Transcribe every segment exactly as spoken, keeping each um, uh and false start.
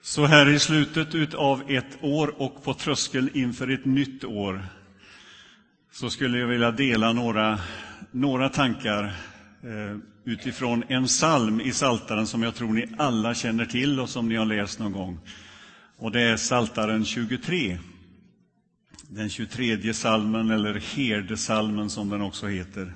Så här i slutet av ett år och på tröskeln inför ett nytt år så skulle jag vilja dela några, några tankar eh, utifrån en psalm i Psaltaren som jag tror ni alla känner till och som ni har läst någon gång. Och det är Psaltaren tjugotre. Den tjugotredje psalmen, eller herdesalmen som den också heter.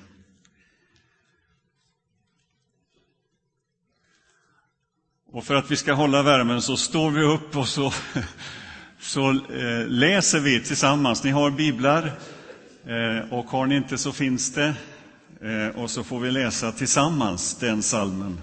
Och för att vi ska hålla värmen så står vi upp och så, så eh, läser vi tillsammans. Ni har biblar eh, och har ni inte så finns det. Eh, och så får vi läsa tillsammans den psalmen.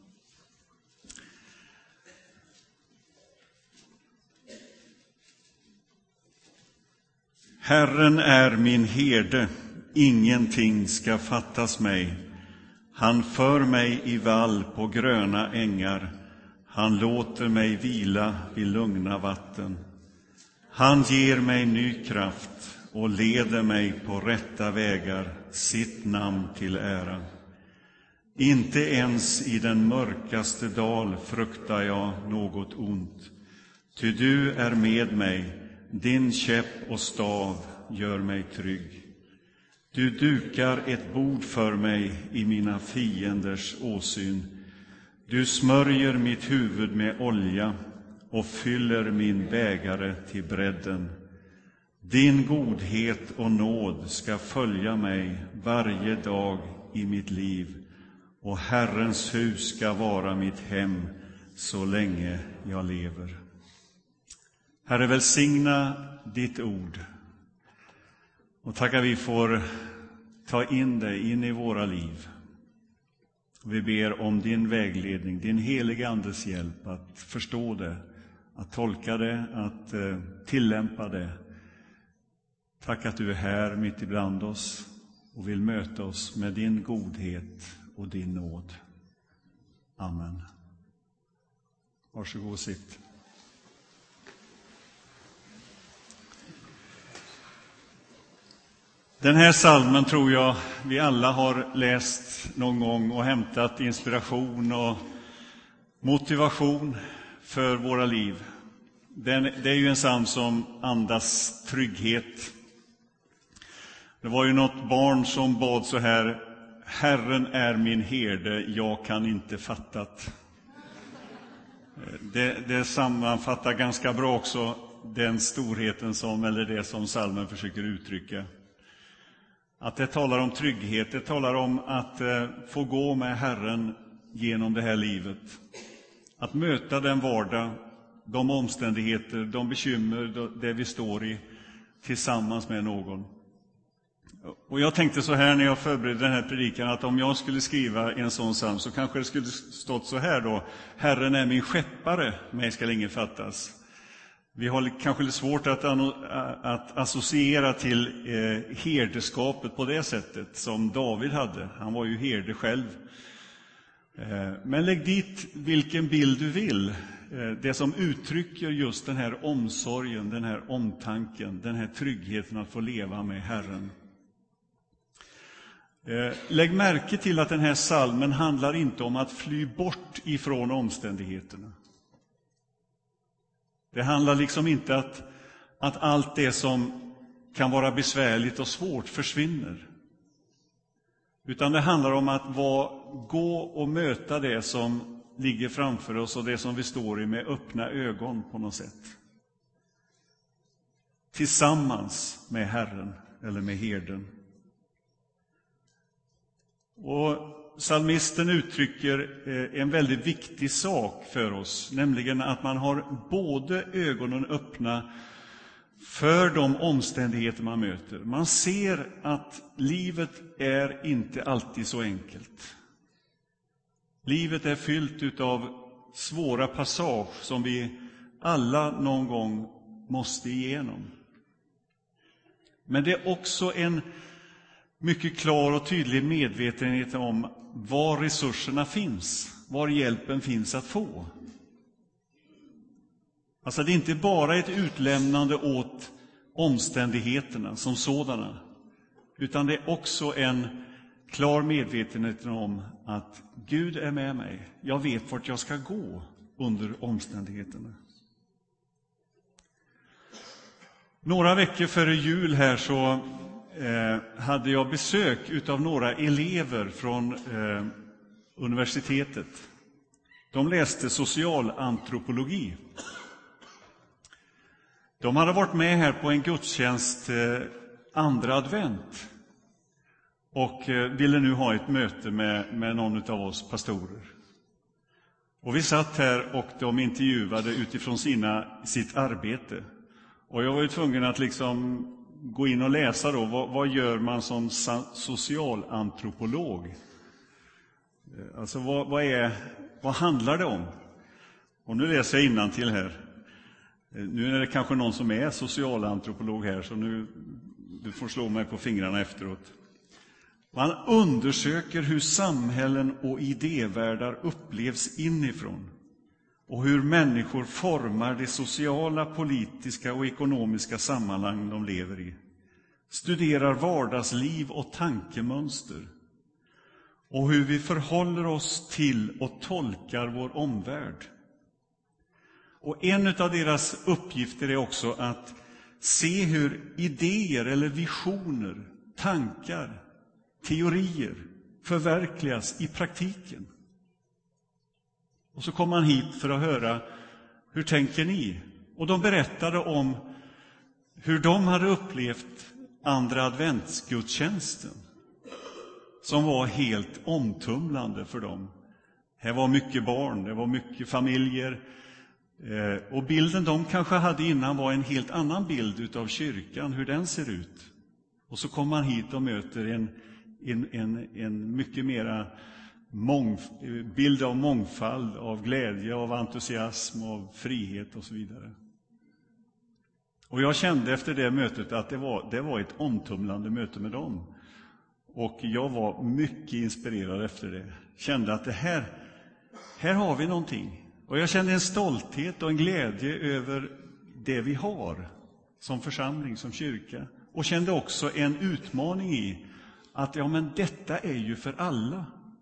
Herren är min herde, ingenting ska fattas mig. Han för mig i vall på gröna ängar. Han låter mig vila vid lugna vatten. Han ger mig ny kraft och leder mig på rätta vägar, sitt namn till ära. Inte ens i den mörkaste dal fruktar jag något ont. Ty du är med mig, din käpp och stav gör mig trygg. Du dukar ett bord för mig i mina fienders åsyn. Du smörjer mitt huvud med olja och fyller min bägare till bredden. Din godhet och nåd ska följa mig varje dag i mitt liv, och Herrens hus ska vara mitt hem så länge jag lever. Herre, välsigna ditt ord. Och tackar vi får ta in det in i våra liv. Vi ber om din vägledning, din heliga andes hjälp att förstå det, att tolka det, att eh, tillämpa det. Tack att du är här mitt ibland oss och vill möta oss med din godhet och din nåd. Amen. Varsågod och sitt. Den här psalmen tror jag vi alla har läst någon gång och hämtat inspiration och motivation för våra liv. Den, det är ju en psalm som andas trygghet. Det var ju något barn som bad så här: Herren är min herde, jag kan inte fattat. Det, det sammanfattar ganska bra också den storheten som, eller det som psalmen försöker uttrycka. Att det talar om trygghet, det talar om att eh, få gå med Herren genom det här livet. Att möta den vardag, de omständigheter, de bekymmer, det vi står i tillsammans med någon. Och jag tänkte så här när jag förberedde den här predikan, att om jag skulle skriva en sån psalm så kanske det skulle stått så här då: Herren är min skeppare, mig ska ingen fattas. Vi har kanske lite svårt att, att associera till eh, herdeskapet på det sättet som David hade. Han var ju herde själv. Eh, men lägg dit vilken bild du vill. Eh, det som uttrycker just den här omsorgen, den här omtanken, den här tryggheten att få leva med Herren. Eh, lägg märke till att den här psalmen handlar inte om att fly bort ifrån omständigheterna. Det handlar liksom inte att, att allt det som kan vara besvärligt och svårt försvinner. Utan det handlar om att vara, gå och möta det som ligger framför oss och det som vi står i med öppna ögon på något sätt. Tillsammans med Herren eller med herden. Och psalmisten uttrycker en väldigt viktig sak för oss, nämligen att man har både ögonen öppna för de omständigheter man möter. Man ser att livet är inte alltid så enkelt. Livet är fyllt av svåra passage som vi alla någon gång måste igenom. Men det är också en mycket klar och tydlig medvetenhet om var resurserna finns, var hjälpen finns att få. Alltså det är inte bara ett utlämnande åt omständigheterna som sådana, utan det är också en klar medvetenhet om att Gud är med mig. Jag vet vart jag ska gå. under omständigheterna. Några veckor före jul här så eh, hade jag besök utav några elever från eh, universitetet. De läste socialantropologi. De hade varit med här på en gudstjänst eh, andra advent och eh, ville nu ha ett möte med, med någon av oss pastorer. Och vi satt här och de intervjuade utifrån sina, sitt arbete. Och jag var ju tvungen att liksom gå in och läsa då, vad, vad gör man som socialantropolog? Alltså vad, vad, är, vad handlar det om? Och nu läser jag innantill här. Nu är det kanske någon som är socialantropolog här, så nu du får slå mig på fingrarna efteråt. Man undersöker hur samhällen och idévärldar upplevs inifrån och hur människor formar de sociala, politiska och ekonomiska sammanhang de lever i. Studerar vardagsliv och tankemönster och hur vi förhåller oss till och tolkar vår omvärld. Och en av deras uppgifter är också att se hur idéer eller visioner, tankar, teorier förverkligas i praktiken. Och så kom man hit för att höra, hur tänker ni? Och de berättade om hur de hade upplevt andra adventsgudstjänsten, som var helt omtumlande för dem. Här var mycket barn, det var mycket familjer. Och bilden de kanske hade innan var en helt annan bild av kyrkan, hur den ser ut. Och så kommer man hit och möter en, en, en, en mycket mera mång, bild av mångfald, av glädje, av entusiasm, av frihet och så vidare. Och jag kände efter det mötet att det var, det var ett omtumlande möte med dem. Och jag var mycket inspirerad efter det. Kände att det här, här har vi någonting. Och jag kände en stolthet och en glädje över det vi har som församling, som kyrka. Och kände också en utmaning i att ja, men detta är ju för alla.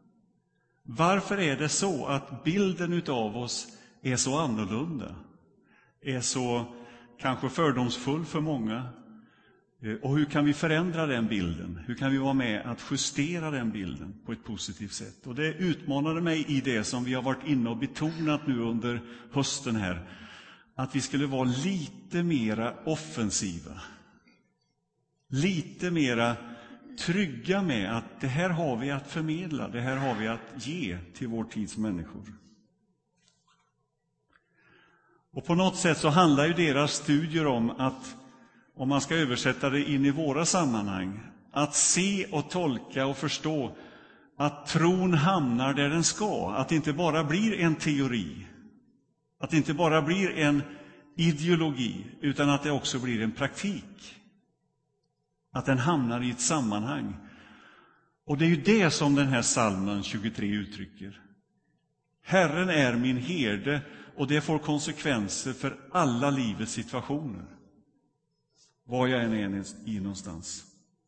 Varför är det så att bilden utav oss är så annorlunda? Är så kanske fördomsfull för många? Och hur kan vi förändra den bilden? Hur kan vi vara med att justera den bilden på ett positivt sätt? Och det utmanade mig i det som vi har varit inne och betonat nu under hösten här. Att vi skulle vara lite mera offensiva. Lite mera trygga med att det här har vi att förmedla. Det här har vi att ge till vår tids människor. Och på något sätt så handlar ju deras studier om att, om man ska översätta det in i våra sammanhang, att se och tolka och förstå att tron hamnar där den ska. Att det inte bara blir en teori, att det inte bara blir en ideologi, utan att det också blir en praktik. Att den hamnar i ett sammanhang. Och det är ju det som den här psalmen tjugotre uttrycker. Herren är min herde, och det får konsekvenser för alla livets situationer. Var jag än är i någonstans.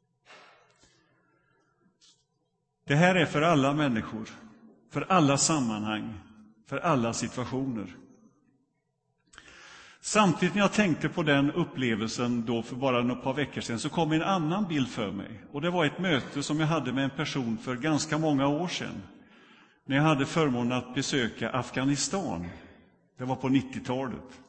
Det här är för alla människor, för alla sammanhang, för alla situationer. Samtidigt när jag tänkte på den upplevelsen då för bara några par veckor sedan, så kom en annan bild för mig. Och det var ett möte som jag hade med en person för ganska många år sedan. När jag hade förmånen att besöka Afghanistan. Det var på nittiotalet.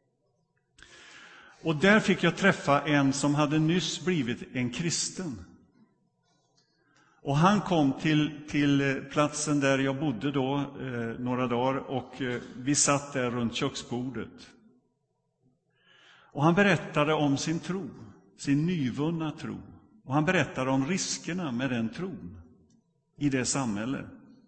Och där fick jag träffa en som hade nyss blivit en kristen. Och han kom till, till platsen där jag bodde då eh, några dagar, och eh, vi satt där runt köksbordet. Och han berättade om sin tro, sin nyvunna tro. Och han berättade om riskerna med den tron i det samhälle.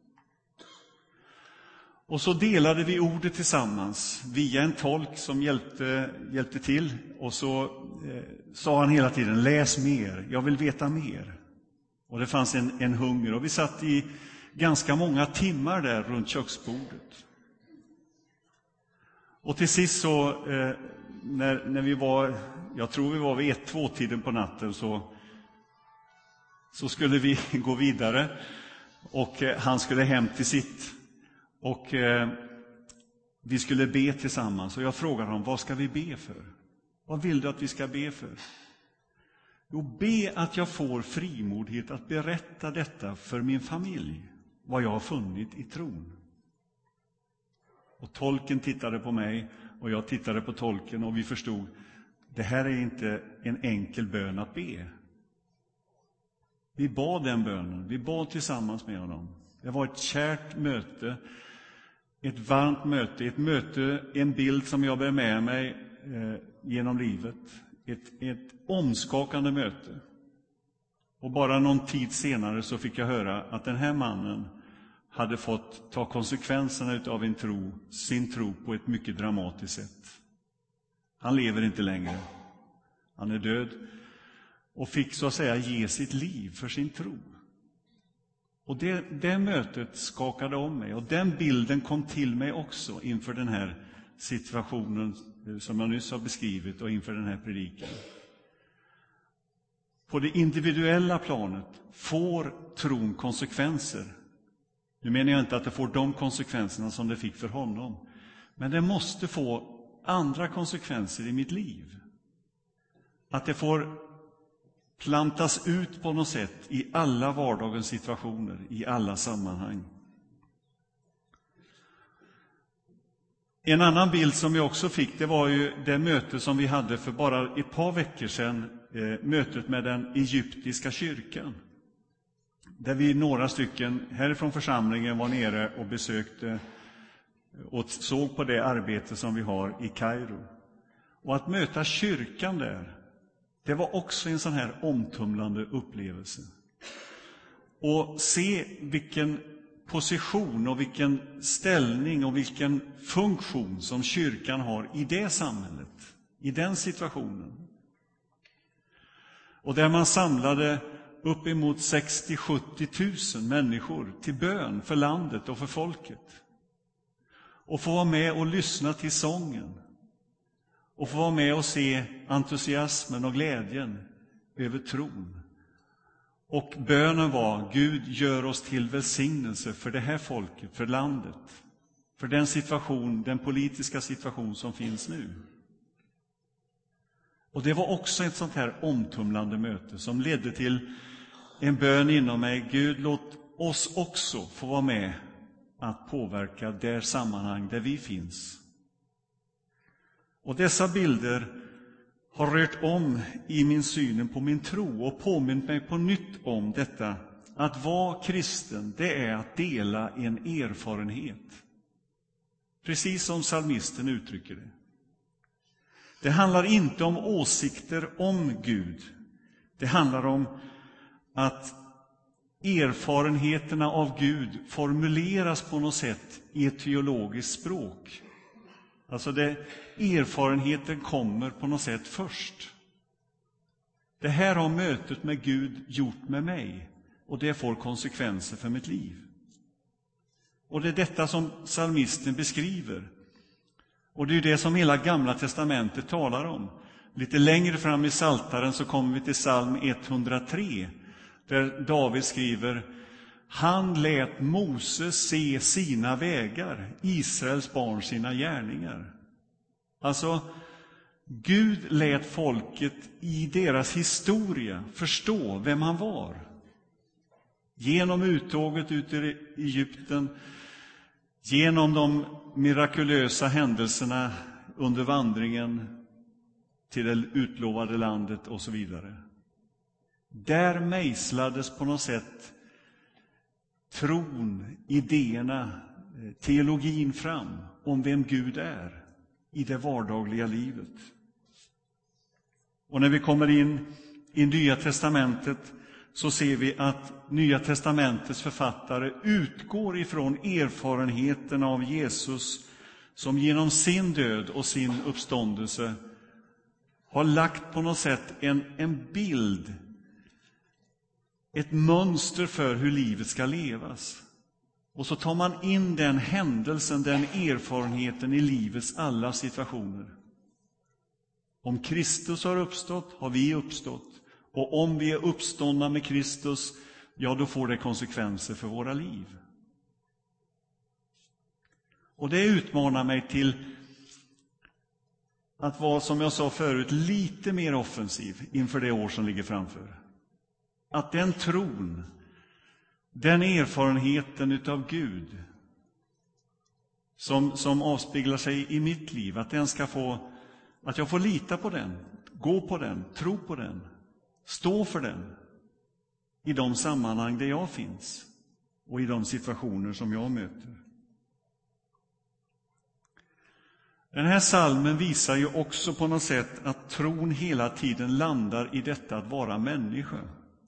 Och så delade vi ordet tillsammans via en tolk som hjälpte, hjälpte till. Och så eh, sa han hela tiden, läs mer, jag vill veta mer. Och det fanns en, en hunger. Och vi satt i ganska många timmar där runt köksbordet. Och till sist så, eh, när, när vi var, jag tror vi var vid ett, två tiden på natten, så, så skulle vi gå vidare. Och eh, han skulle hem till sitt. Och eh, vi skulle be tillsammans. Och jag frågade honom, vad ska vi be för? Vad vill du att vi ska be för? Jo, be att jag får frimodighet att berätta detta för min familj. Vad jag har funnit i tron. Och tolken tittade på mig och jag tittade på tolken och vi förstod, det här är inte en enkel bön att be. Vi bad den bönen, vi bad tillsammans med honom. Det var ett kärt möte, ett varmt möte, ett möte, en bild som jag bär med mig eh, genom livet. Ett, ett omskakande möte. Och bara någon tid senare så fick jag höra att den här mannen hade fått ta konsekvenserna av en tro, sin tro på ett mycket dramatiskt sätt. Han lever inte längre. Han är död och fick så att säga ge sitt liv för sin tro. Och det, det mötet skakade om mig och den bilden kom till mig också inför den här situationen som jag nyss har beskrivit och inför den här predikan. På det individuella planet får tron konsekvenser. Nu menar jag inte att det får de konsekvenserna som det fick för honom. Men det måste få andra konsekvenser i mitt liv. Att det får plantas ut på något sätt i alla vardagens situationer, i alla sammanhang. En annan bild som jag också fick, det var ju det möte som vi hade för bara ett par veckor sedan, eh, mötet med den egyptiska kyrkan. Där vi några stycken härifrån församlingen var nere och besökte och såg på det arbete som vi har i Kairo. Och att möta kyrkan där, det var också en sån här omtumlande upplevelse. Och se vilken position och vilken ställning och vilken funktion som kyrkan har i det samhället, i den situationen. Och där man samlade uppemot sextio till sjuttio tusen människor till bön för landet och för folket. Och få vara med och lyssna till sången. Och få vara med och se entusiasmen och glädjen över tron. Och bönen var, Gud gör oss till välsignelse för det här folket, för landet. För den situation, den politiska situation som finns nu. Och det var också ett sånt här omtumlande möte som ledde till en bön inom mig. Gud, låt oss också få vara med att påverka det sammanhang där vi finns. Och dessa bilder har rört om i min syn på min tro och påmint mig på nytt om detta. Att vara kristen, det är att dela en erfarenhet. Precis som psalmisten uttrycker det. Det handlar inte om åsikter om Gud. Det handlar om att erfarenheterna av Gud formuleras på något sätt i ett teologiskt språk. Alltså det, erfarenheten kommer på något sätt först. Det här har mötet med Gud gjort med mig. Och det får konsekvenser för mitt liv. Och det är detta som psalmisten beskriver. Och det är det som hela Gamla testamentet talar om. Lite längre fram i Psaltaren så kommer vi till psalm etthundratre. Där David skriver: Han lät Mose se sina vägar, Israels barn sina gärningar. Alltså, Gud lät folket i deras historia förstå vem han var. Genom uttåget ut i Egypten, genom de mirakulösa händelserna under vandringen till det utlovade landet och så vidare. Där mejslades på något sätt tron, idéerna, teologin fram om vem Gud är i det vardagliga livet. Och när vi kommer in i Nya testamentet så ser vi att Nya testamentets författare utgår ifrån erfarenheten av Jesus som genom sin död och sin uppståndelse har lagt på något sätt en, en bild, ett mönster för hur livet ska levas. Och så tar man in den händelsen, den erfarenheten i livets alla situationer. Om Kristus har uppstått, har vi uppstått. Och om vi är uppståndna med Kristus, ja, då får det konsekvenser för våra liv. Och det utmanar mig till att vara, som jag sa förut, lite mer offensiv inför det år som ligger framför. Att den tron, den erfarenheten utav Gud som, som avspeglar sig i mitt liv, att den ska få, att jag får lita på den, gå på den, tro på den, stå för den i de sammanhang där jag finns och i de situationer som jag möter. Den här salmen visar ju också på något sätt att tron hela tiden landar i detta att vara människa.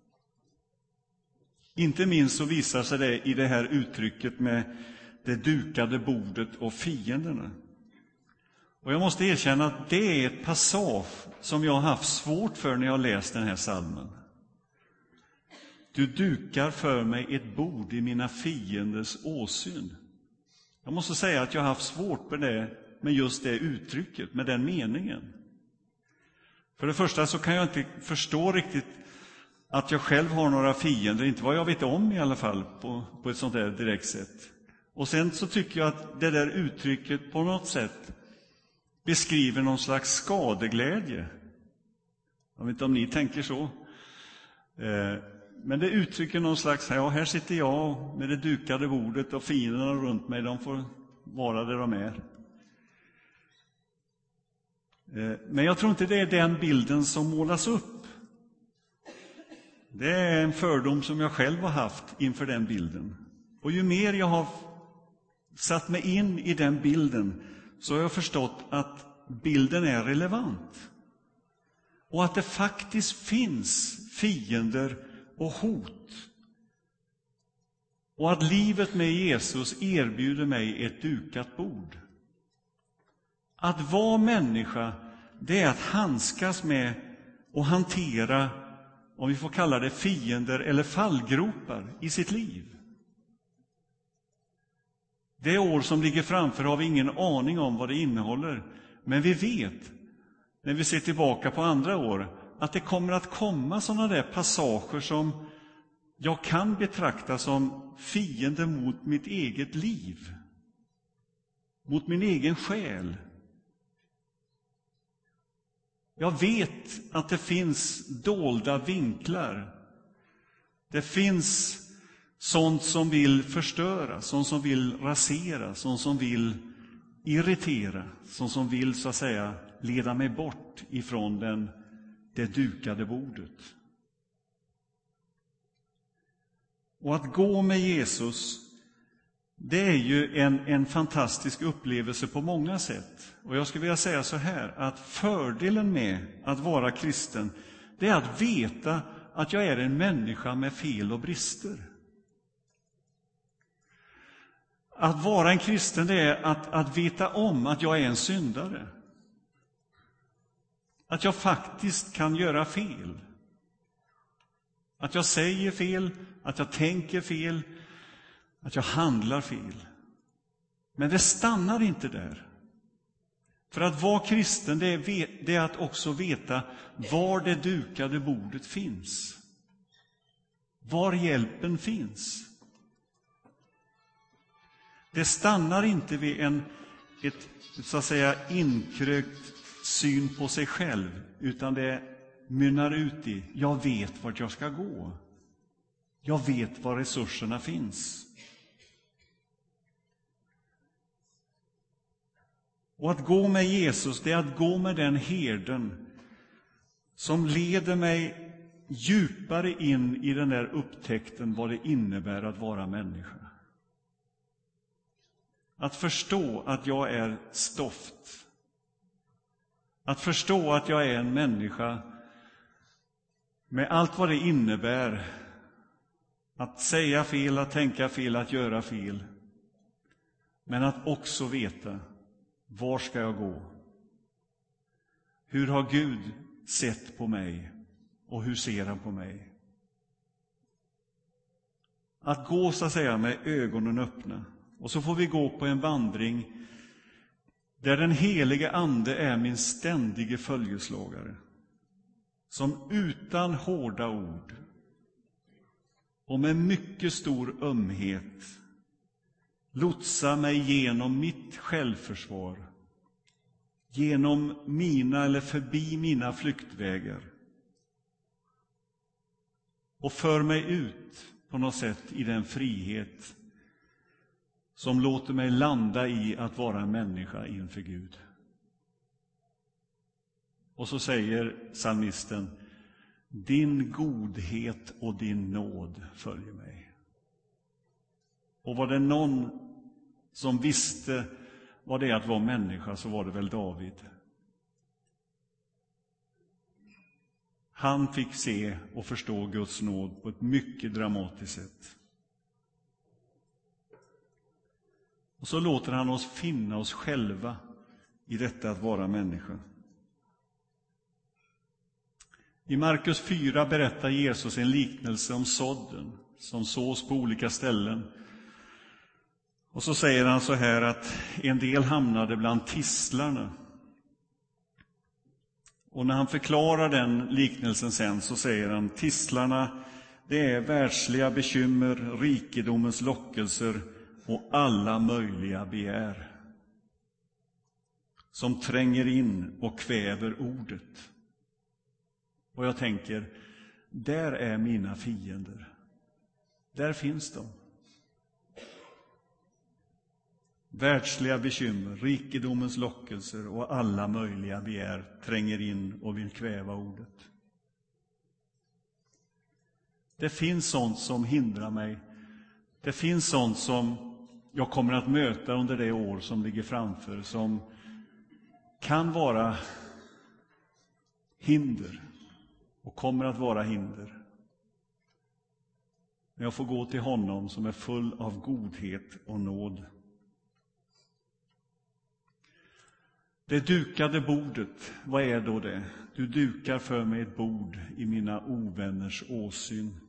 Inte minst så visar sig det i det här uttrycket med det dukade bordet och fienderna. Och jag måste erkänna att det är ett passage som jag har haft svårt för när jag har läst den här salmen. Du dukar för mig ett bord i mina fienders åsyn. Jag måste säga att jag har haft svårt med det, med just det uttrycket, med den meningen. För det första så kan jag inte förstå riktigt att jag själv har några fiender, inte vad jag vet om i alla fall, på, på ett sånt där direkt sätt. Och sen så tycker jag att det där uttrycket på något sätt beskriver någon slags skadeglädje. Jag vet inte om ni tänker så. Eh, men det uttrycker någon slags, ja, här sitter jag med det dukade bordet och fienderna runt mig, de får vara där de är. Eh, men jag tror inte det är den bilden som målas upp. Det är en fördom som jag själv har haft inför den bilden. Och ju mer jag har satt mig in i den bilden så har jag förstått att bilden är relevant. Och att det faktiskt finns fiender och hot. Och att livet med Jesus erbjuder mig ett dukat bord. Att vara människa, det är att handskas med och hantera, om vi får kalla det, fiender eller fallgropar i sitt liv. Det år som ligger framför har vi ingen aning om vad det innehåller. Men vi vet, när vi ser tillbaka på andra år, att det kommer att komma sådana där passager som jag kan betrakta som fiender mot mitt eget liv. Mot min egen själ. Jag vet att det finns dolda vinklar. Det finns sånt som vill förstöra, sånt som vill rasera, sånt som vill irritera, sånt som vill, så att säga, leda mig bort ifrån den, det dukade bordet. Och att gå med Jesus, det är ju en, en fantastisk upplevelse på många sätt. Och jag skulle vilja säga så här, att fördelen med att vara kristen, det är att veta att jag är en människa med fel och brister. Att vara en kristen, det är att, att veta om att jag är en syndare. Att jag faktiskt kan göra fel. Att jag säger fel, att jag tänker fel, att jag handlar fel. Men det stannar inte där. För att vara kristen, det är, det är att också veta var det dukade bordet finns. Var hjälpen finns. Det stannar inte vid en ett, så att säga, inkrökt syn på sig själv, utan det mynnar ut i, jag vet vart jag ska gå. Jag vet var resurserna finns. Och att gå med Jesus, det är att gå med den herden som leder mig djupare in i den där upptäckten vad det innebär att vara människa. Att förstå att jag är stoft. Att förstå att jag är en människa med allt vad det innebär. Att säga fel, att tänka fel, att göra fel. Men att också veta, var ska jag gå? Hur har Gud sett på mig? Och hur ser han på mig? Att gå, så att säga, med ögonen öppna. Och så får vi gå på en vandring där den helige ande är min ständige följeslagare. Som utan hårda ord och med mycket stor ömhet lotsa mig genom mitt självförsvar, genom mina eller förbi mina flyktvägar, och för mig ut på något sätt i den frihet som låter mig landa i att vara en människa inför Gud. Och så säger psalmisten: din godhet och din nåd följer mig. Och var det någon som visste vad det är att vara människa, så var det väl David. Han fick se och förstå Guds nåd på ett mycket dramatiskt sätt. Och så låter han oss finna oss själva i detta att vara människa. I Markus fyra berättar Jesus en liknelse om sådden som sås på olika ställen. Och så säger han så här att en del hamnade bland tistlarna. Och när han förklarar den liknelsen sen så säger han: tistlarna, det är världsliga bekymmer, rikedomens lockelser och alla möjliga begär som tränger in och kväver ordet. Och jag tänker, där är mina fiender. Där finns de. Världsliga bekymmer, rikedomens lockelser och alla möjliga begär tränger in och vill kväva ordet. Det finns sånt som hindrar mig. Det finns sånt som jag kommer att möta under det år som ligger framför, som kan vara hinder och kommer att vara hinder. Men jag får gå till honom som är full av godhet och nåd. Det dukade bordet, vad är då det? Du dukar för mig ett bord i mina ovänners åsyn.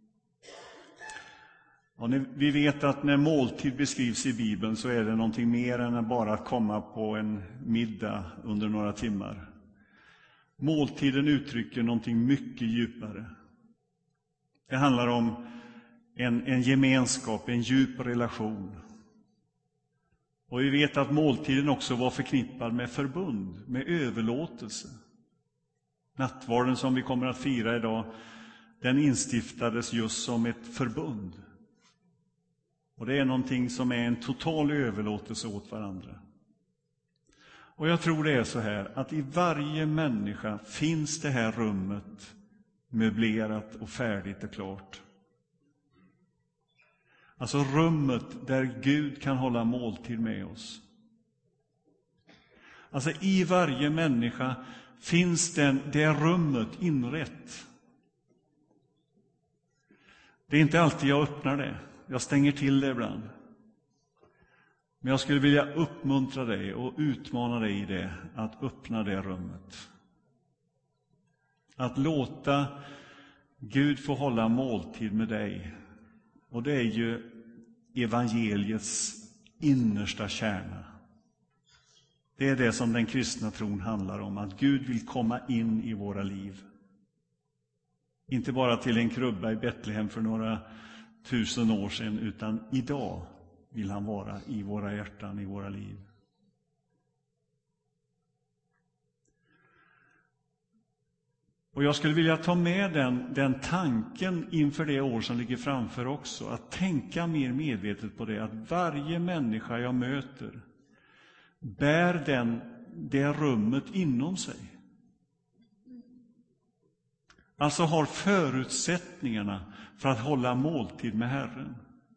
Ja, vi vet att när måltid beskrivs i Bibeln så är det någonting mer än att bara komma på en middag under några timmar. Måltiden uttrycker någonting mycket djupare. Det handlar om en, en gemenskap, en djup relation. Och vi vet att måltiden också var förknippad med förbund, med överlåtelse. Nattvarden som vi kommer att fira idag, den instiftades just som ett förbund. Och det är någonting som är en total överlåtelse åt varandra. Och jag tror det är så här, att i varje människa finns det här rummet möblerat och färdigt och klart. Alltså rummet där Gud kan hålla måltid med oss. Alltså i varje människa finns den, det rummet inrätt. Det är inte alltid jag öppnar det. Jag stänger till det ibland. Men jag skulle vilja uppmuntra dig och utmana dig i det, att öppna det rummet. Att låta Gud få hålla måltid med dig. Och det är ju evangeliets innersta kärna. Det är det som den kristna tron handlar om, att Gud vill komma in i våra liv. Inte bara till en krubba i Betlehem för några tusen år sedan, utan idag vill han vara i våra hjärtan, i våra liv. Och jag skulle vilja ta med den, den tanken inför det år som ligger framför också. Att tänka mer medvetet på det. Att varje människa jag möter bär den, det rummet inom sig. Alltså har förutsättningarna för att hålla måltid med Herren.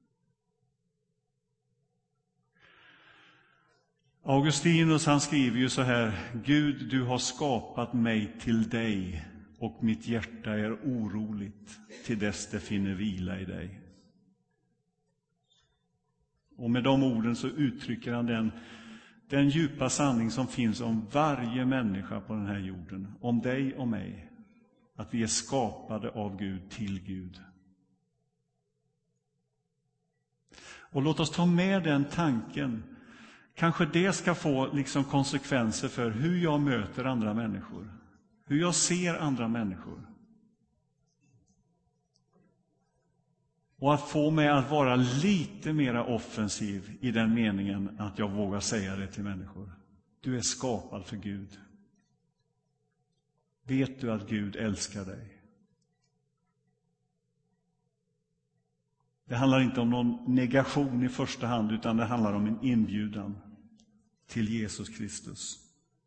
Augustinus, han skriver ju så här: Gud, du har skapat mig till dig, och mitt hjärta är oroligt till dess det finner vila i dig. Och med de orden så uttrycker han den, den djupa sanning som finns om varje människa på den här jorden, om dig och mig, att vi är skapade av Gud till Gud. Och låt oss ta med den tanken. Kanske det ska få liksom konsekvenser för hur jag möter andra människor. Hur jag ser andra människor. Och att få mig att vara lite mera offensiv i den meningen att jag vågar säga det till människor. Du är skapad för Gud. Vet du att Gud älskar dig? Det handlar inte om någon negation i första hand, utan det handlar om en inbjudan till Jesus Kristus.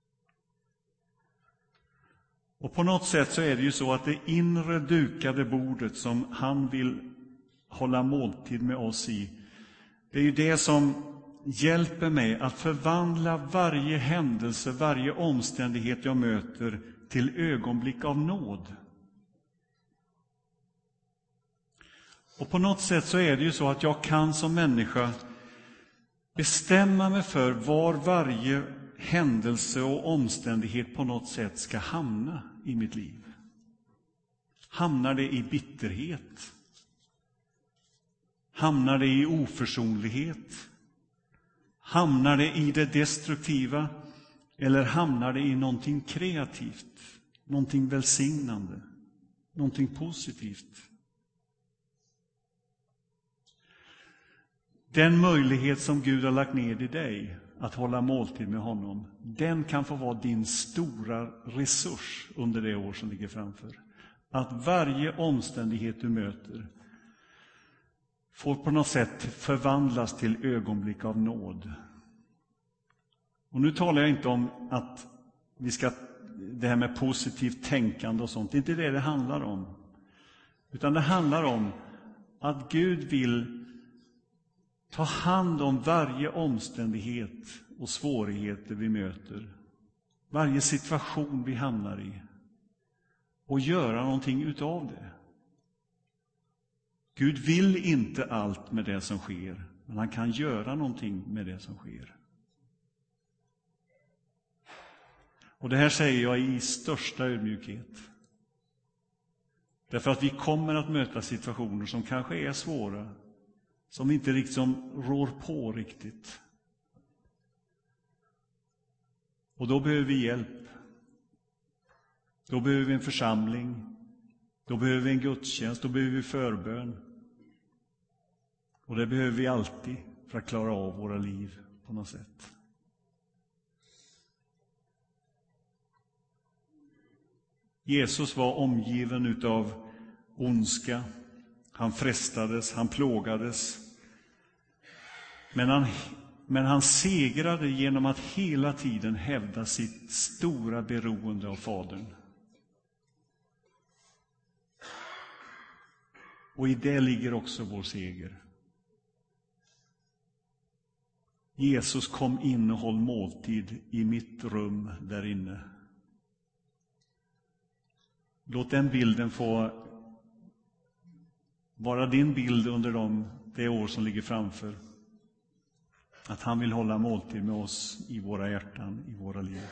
Och på något sätt så är det ju så att det inre dukade bordet som han vill hålla måltid med oss i, det är ju det som hjälper mig att förvandla varje händelse, varje omständighet jag möter till ögonblick av nåd. Och på något sätt så är det ju så att jag kan som människa bestämma mig för var varje händelse och omständighet på något sätt ska hamna i mitt liv. Hamnar det i bitterhet? Hamnar det i oförsonlighet? Hamnar det i det destruktiva? Eller hamnar det i någonting kreativt? Någonting välsignande? Någonting positivt? Den möjlighet som Gud har lagt ner i dig att hålla måltid med honom, den kan få vara din stora resurs under det år som ligger framför. Att varje omständighet du möter får på något sätt förvandlas till ögonblick av nåd. Och nu talar jag inte om att vi ska, det här med positivt tänkande och sånt, det är inte det det handlar om. Utan det handlar om att Gud vill ta hand om varje omständighet och svårigheter vi möter. Varje situation vi hamnar i. Och göra någonting utav det. Gud vill inte allt med det som sker, men han kan göra någonting med det som sker. Och det här säger jag i största ödmjukhet. Därför att vi kommer att möta situationer som kanske är svåra, som inte liksom rår på riktigt. Och då behöver vi hjälp. Då behöver vi en församling. Då behöver vi en gudstjänst. Då behöver vi förbön. Och det behöver vi alltid för att klara av våra liv på något sätt. Jesus var omgiven utav ondska. Han frestades, han plågades. Men han, men han segrade genom att hela tiden hävda sitt stora beroende av Fadern. Och i det ligger också vår seger. Jesus kom in och håll måltid i mitt rum där inne. Låt den bilden få vara din bild under de, det år som ligger framför. Att han vill hålla måltid med oss i våra hjärtan, i våra liv.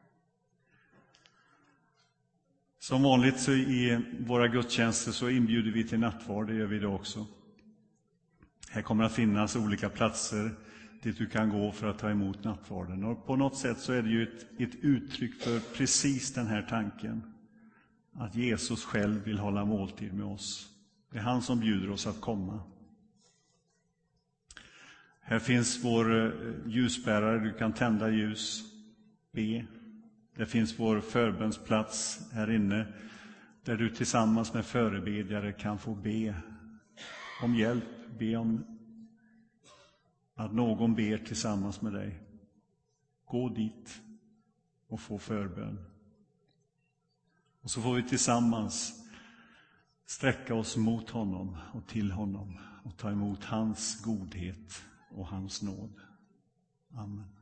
Som vanligt så i våra gudstjänster så inbjuder vi till nattvard, det gör vi då också. Här kommer att finnas olika platser dit du kan gå för att ta emot nattvarden. Och på något sätt så är det ju ett, ett uttryck för precis den här tanken. Att Jesus själv vill hålla måltid med oss. Det är han som bjuder oss att komma. Här finns vår ljusbärare, du kan tända ljus, be. Det finns vår förbönsplats här inne, där du tillsammans med förebedjare kan få be om hjälp, be om att någon ber tillsammans med dig. Gå dit och få förbön. Och så får vi tillsammans sträcka oss mot honom och till honom och ta emot hans godhet och hans nåd. Amen.